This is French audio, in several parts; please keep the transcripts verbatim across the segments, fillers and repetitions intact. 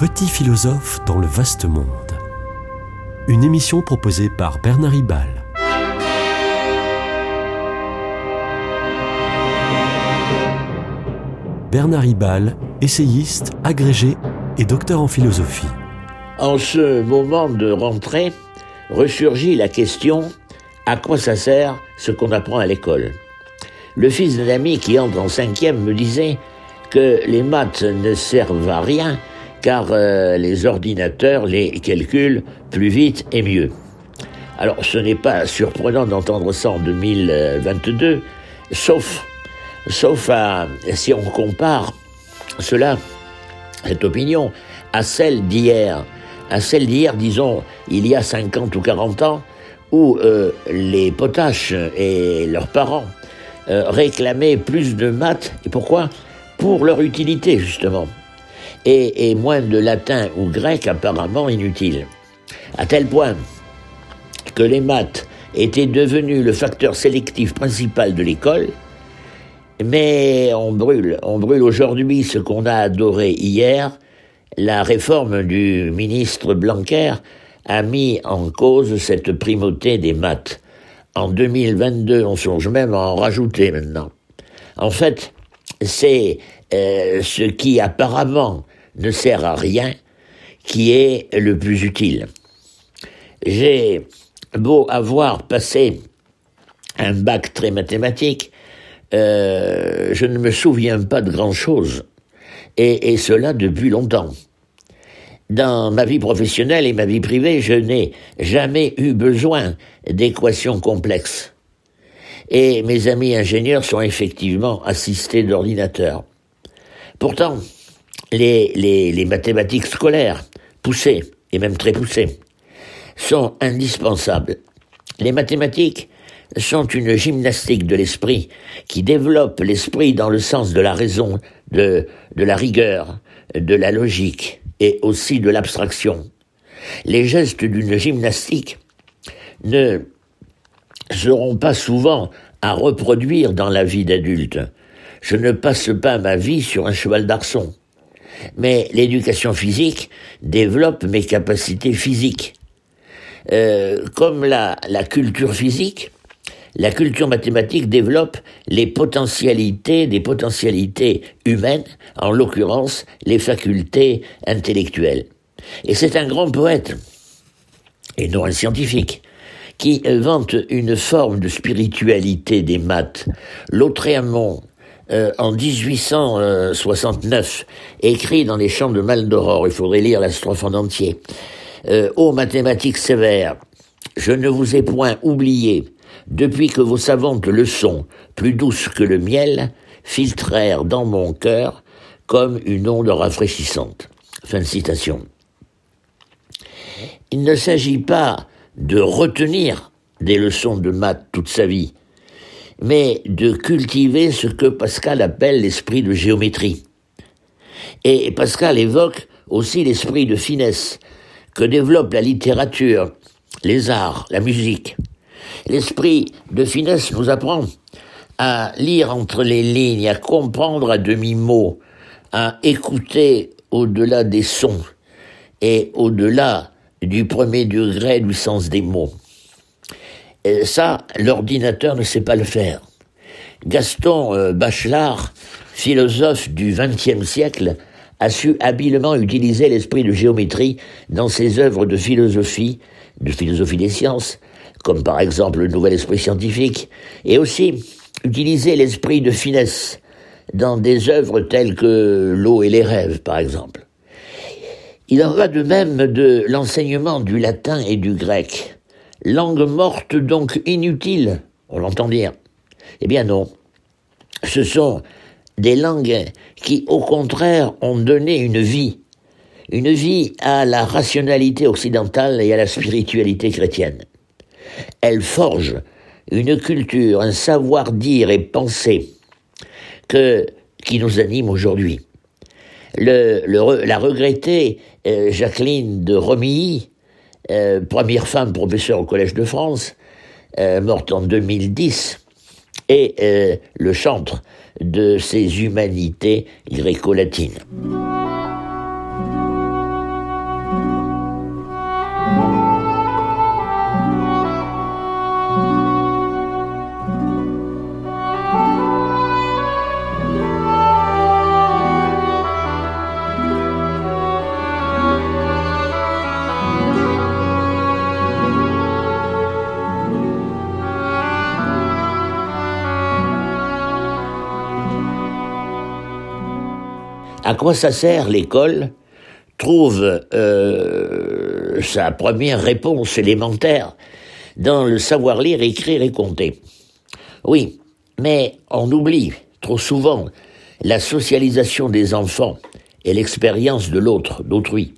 Petit philosophe dans le vaste monde. Une émission proposée par Bernard Hibal. Bernard Hibal, essayiste, agrégé et docteur en philosophie. En ce moment de rentrée, ressurgit la question « À quoi ça sert ce qu'on apprend à l'école ?» Le fils d'un ami qui entre en cinquième me disait que les maths ne servent à rien car euh, les ordinateurs les calculent plus vite et mieux. Alors ce n'est pas surprenant d'entendre ça en deux mille vingt-deux, sauf, sauf à, si on compare cela, cette opinion, à celle d'hier, à celle d'hier, disons, il y a cinquante ou quarante ans, où euh, les potaches et leurs parents euh, réclamaient plus de maths. Et pourquoi ? Pour leur utilité, justement. Et, et moins de latin ou grec apparemment inutile. À tel point que les maths étaient devenus le facteur sélectif principal de l'école, mais on brûle, on brûle aujourd'hui ce qu'on a adoré hier. La réforme du ministre Blanquer a mis en cause cette primauté des maths. En deux mille vingt-deux, on songe même à en rajouter maintenant. En fait, c'est euh, ce qui apparemment ne sert à rien qui est le plus utile. J'ai beau avoir passé un bac très mathématique, euh, je ne me souviens pas de grand-chose, et, et cela depuis longtemps. Dans ma vie professionnelle et ma vie privée, je n'ai jamais eu besoin d'équations complexes. Et mes amis ingénieurs sont effectivement assistés d'ordinateurs. Pourtant, les, les, les mathématiques scolaires, poussées, et même très poussées, sont indispensables. Les mathématiques sont une gymnastique de l'esprit qui développe l'esprit dans le sens de la raison, de, de la rigueur, de la logique et aussi de l'abstraction. Les gestes d'une gymnastique ne seront pas souvent à reproduire dans la vie d'adulte. Je ne passe pas ma vie sur un cheval d'arçon. Mais l'éducation physique développe mes capacités physiques. Euh, comme la, la culture physique, la culture mathématique développe les potentialités des potentialités humaines, en l'occurrence les facultés intellectuelles. Et c'est un grand poète, et non un scientifique, qui vante une forme de spiritualité des maths. Lautréamont, euh, en dix-huit cent soixante-neuf, écrit dans les Chants de Maldoror, il faudrait lire la strophe en entier, euh, « Ô mathématiques sévères, je ne vous ai point oublié, depuis que vos savantes leçons, plus douces que le miel, filtrèrent dans mon cœur comme une onde rafraîchissante. » Fin de citation. Il ne s'agit pas de retenir des leçons de maths toute sa vie, mais de cultiver ce que Pascal appelle l'esprit de géométrie. Et Pascal évoque aussi l'esprit de finesse que développe la littérature, les arts, la musique. L'esprit de finesse nous apprend à lire entre les lignes, à comprendre à demi-mot, à écouter au-delà des sons et au-delà du premier degré du sens des mots. Et ça, l'ordinateur ne sait pas le faire. Gaston euh, Bachelard, philosophe du vingtième siècle, a su habilement utiliser l'esprit de géométrie dans ses œuvres de philosophie, de philosophie des sciences, comme par exemple le nouvel esprit scientifique, et aussi utiliser l'esprit de finesse dans des œuvres telles que L'eau et les rêves, par exemple. Il en va de même de l'enseignement du latin et du grec. Langue morte donc inutile, on l'entend dire. Eh bien non, ce sont des langues qui, au contraire, ont donné une vie, une vie à la rationalité occidentale et à la spiritualité chrétienne. Elles forgent une culture, un savoir-dire et penser que, qui nous anime aujourd'hui. Le, le, la regrettée euh, Jacqueline de Romilly, euh, première femme professeure au Collège de France, euh, morte en deux mille dix, est euh, le chantre de ces humanités gréco-latines. À quoi ça sert l'école trouve euh, sa première réponse élémentaire dans le savoir lire, écrire et compter. Oui, mais on oublie trop souvent la socialisation des enfants et l'expérience de l'autre, d'autrui.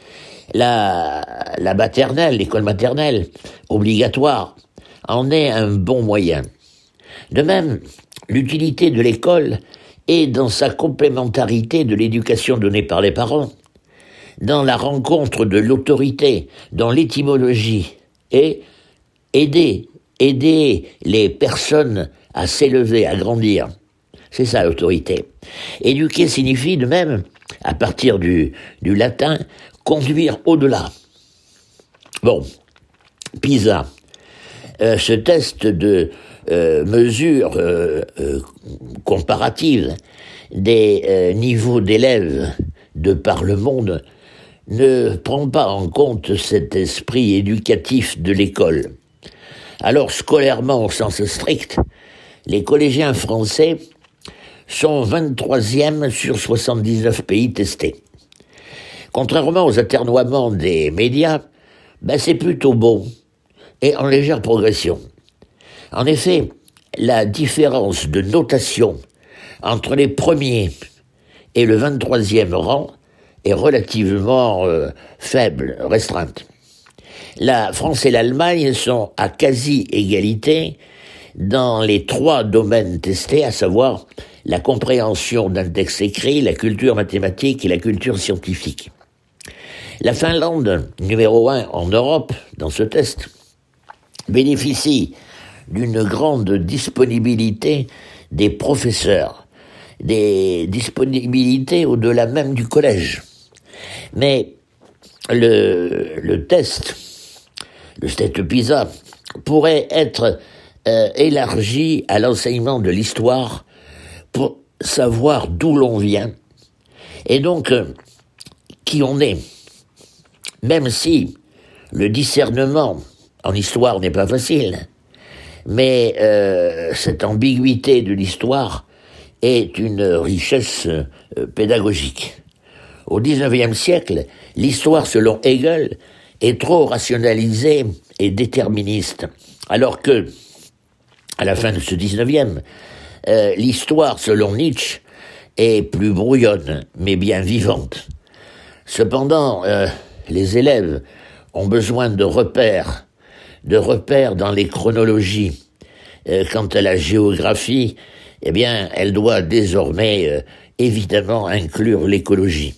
La, la maternelle, l'école maternelle, obligatoire, en est un bon moyen. De même, l'utilité de l'école est dans sa complémentarité de l'éducation donnée par les parents, dans la rencontre de l'autorité, dans l'étymologie, et aider, aider les personnes à s'élever, à grandir. C'est ça l'autorité. Éduquer signifie de même, à partir du, du latin, conduire au-delà. Bon, PISA, euh, ce test de euh, mesure euh, euh, comparative des euh, niveaux d'élèves de par le monde ne prend pas en compte cet esprit éducatif de l'école. Alors, scolairement au sens strict, les collégiens français sont vingt-troisième sur soixante-dix-neuf pays testés. Contrairement aux atermoiements des médias, ben c'est plutôt bon et en légère progression. En effet, la différence de notation entre les premiers et le vingt-troisième rang est relativement euh, faible, restreinte. La France et l'Allemagne sont à quasi-égalité dans les trois domaines testés, à savoir la compréhension d'un texte écrit, la culture mathématique et la culture scientifique. La Finlande, numéro un en Europe dans ce test, bénéficie d'une grande disponibilité des professeurs, des disponibilités au-delà même du collège. Mais le, le test, le test PISA, pourrait être euh, élargi à l'enseignement de l'histoire pour savoir d'où l'on vient et donc euh, qui on est. Même si le discernement en histoire n'est pas facile, mais euh, cette ambiguïté de l'histoire est une richesse euh, pédagogique. Au dix-neuvième siècle, l'histoire, selon Hegel, est trop rationalisée et déterministe, alors que, à la fin de ce dix-neuvième, euh, l'histoire, selon Nietzsche, est plus brouillonne, mais bien vivante. Cependant, euh, les élèves ont besoin de repères, de repères dans les chronologies. Euh, quant à la géographie, eh bien, elle doit désormais, euh, évidemment, inclure l'écologie.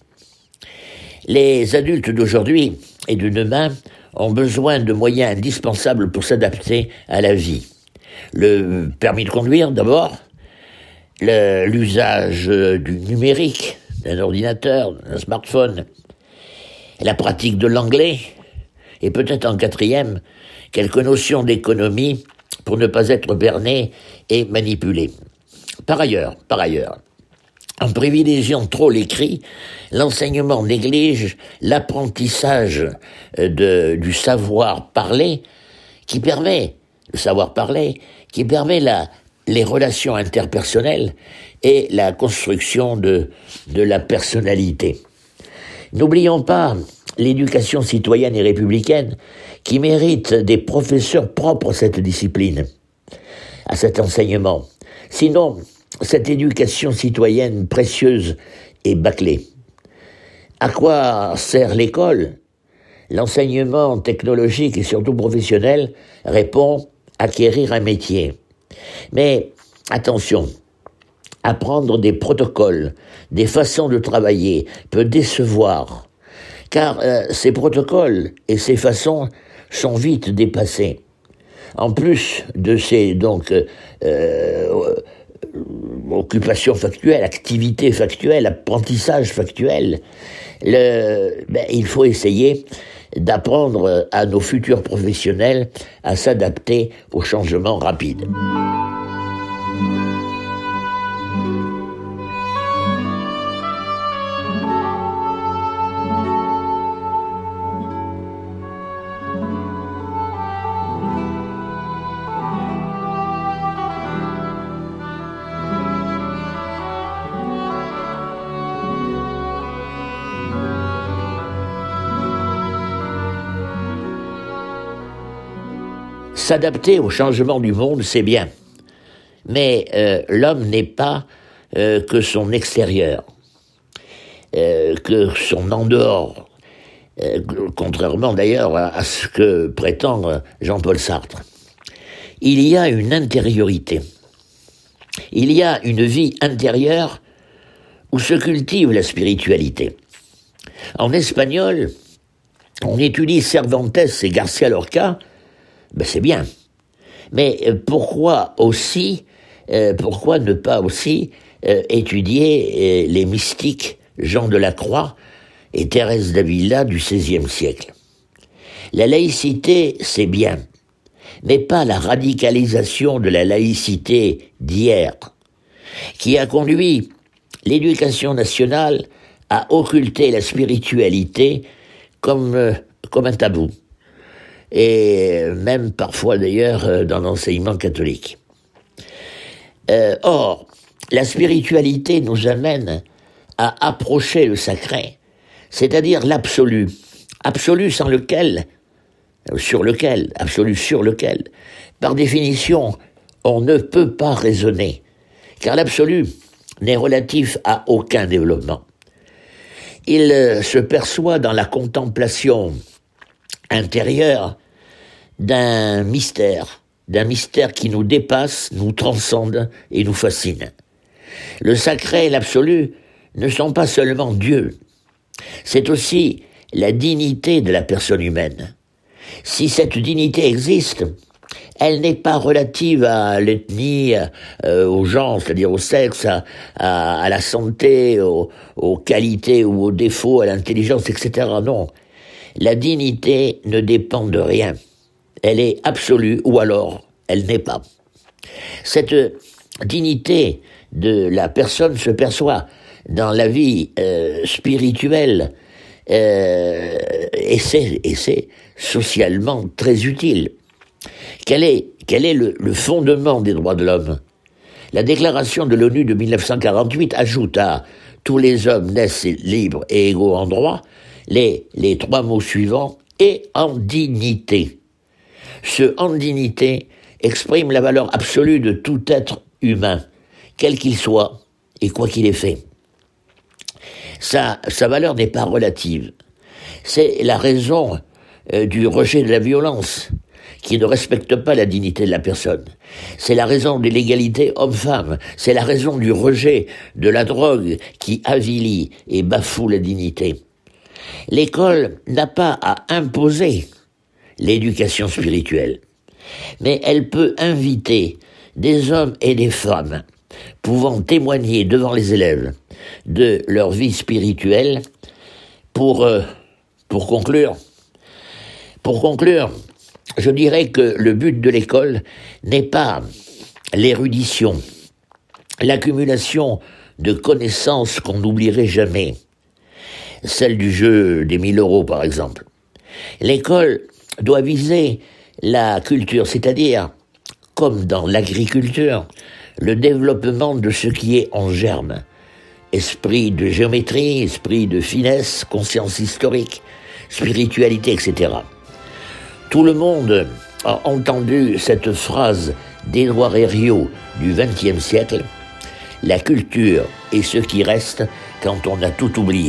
Les adultes d'aujourd'hui et de demain ont besoin de moyens indispensables pour s'adapter à la vie. Le permis de conduire, d'abord, le, l'usage du numérique, d'un ordinateur, d'un smartphone, la pratique de l'anglais, et peut-être en quatrième, quelques notions d'économie pour ne pas être berné et manipulé. Par ailleurs, par ailleurs, en privilégiant trop l'écrit, l'enseignement néglige l'apprentissage de, du savoir parler qui permet, le savoir parler, qui permet la, les relations interpersonnelles et la construction de, de la personnalité. N'oublions pas l'éducation citoyenne et républicaine qui mérite des professeurs propres à cette discipline, à cet enseignement. Sinon, cette éducation citoyenne précieuse est bâclée. À quoi sert l'école ? L'enseignement technologique et surtout professionnel répond à acquérir un métier. Mais attention, apprendre des protocoles, des façons de travailler peut décevoir, car euh, ces protocoles et ces façons sont vite dépassés. En plus de ces donc euh, euh, occupation factuelle, activité factuelle, apprentissage factuel, le, ben, il faut essayer d'apprendre à nos futurs professionnels à s'adapter aux changements rapides. S'adapter au changement du monde, c'est bien. Mais euh, l'homme n'est pas euh, que son extérieur, euh, que son en dehors, euh, contrairement d'ailleurs à, à ce que prétend Jean-Paul Sartre. Il y a une intériorité. Il y a une vie intérieure où se cultive la spiritualité. En espagnol, on étudie Cervantes et Garcia Lorca, ben c'est bien. Mais pourquoi aussi, euh, pourquoi ne pas aussi euh, étudier euh, les mystiques Jean de la Croix et Thérèse d'Avila du seizième siècle? La laïcité, c'est bien, mais pas la radicalisation de la laïcité d'hier, qui a conduit l'éducation nationale à occulter la spiritualité comme, euh, comme un tabou, et même parfois d'ailleurs dans l'enseignement catholique. Euh, or, la spiritualité nous amène à approcher le sacré, c'est-à-dire l'absolu, absolu sans lequel, sur lequel, absolu sur lequel, par définition, on ne peut pas raisonner, car l'absolu n'est relatif à aucun développement. Il euh, se perçoit dans la contemplation intérieure d'un mystère, d'un mystère qui nous dépasse, nous transcende et nous fascine. Le sacré et l'absolu ne sont pas seulement Dieu, c'est aussi la dignité de la personne humaine. Si cette dignité existe, elle n'est pas relative à l'ethnie, euh, au genre, c'est-à-dire au sexe, à, à, à la santé, aux, aux qualités ou aux défauts, à l'intelligence, et cetera. Non. La dignité ne dépend de rien. Elle est absolue ou alors elle n'est pas. Cette dignité de la personne se perçoit dans la vie euh, spirituelle euh, et c'est, et c'est socialement très utile. Quel est, quel est le, le fondement des droits de l'homme? La déclaration de l'ONU de mille neuf cent quarante-huit ajoute à « tous les hommes naissent libres et égaux en droit » les, les trois mots suivants « et en dignité ». Ce « en dignité » exprime la valeur absolue de tout être humain, quel qu'il soit et quoi qu'il ait fait. Sa, sa valeur n'est pas relative. C'est la raison euh, du rejet de la violence, qui ne respecte pas la dignité de la personne. C'est la raison de l'égalité homme-femme. C'est la raison du rejet de la drogue qui avilit et bafoue la dignité. L'école n'a pas à imposer l'éducation spirituelle, mais elle peut inviter des hommes et des femmes pouvant témoigner devant les élèves de leur vie spirituelle pour, euh, pour conclure. Pour conclure, je dirais que le but de l'école n'est pas l'érudition, l'accumulation de connaissances qu'on n'oublierait jamais, celle du jeu des mille euros par exemple. L'école doit viser la culture, c'est-à-dire, comme dans l'agriculture, le développement de ce qui est en germe. Esprit de géométrie, esprit de finesse, conscience historique, spiritualité, et cetera. Tout le monde a entendu cette phrase d'Édouard Herriot du vingtième siècle, « La culture est ce qui reste quand on a tout oublié ».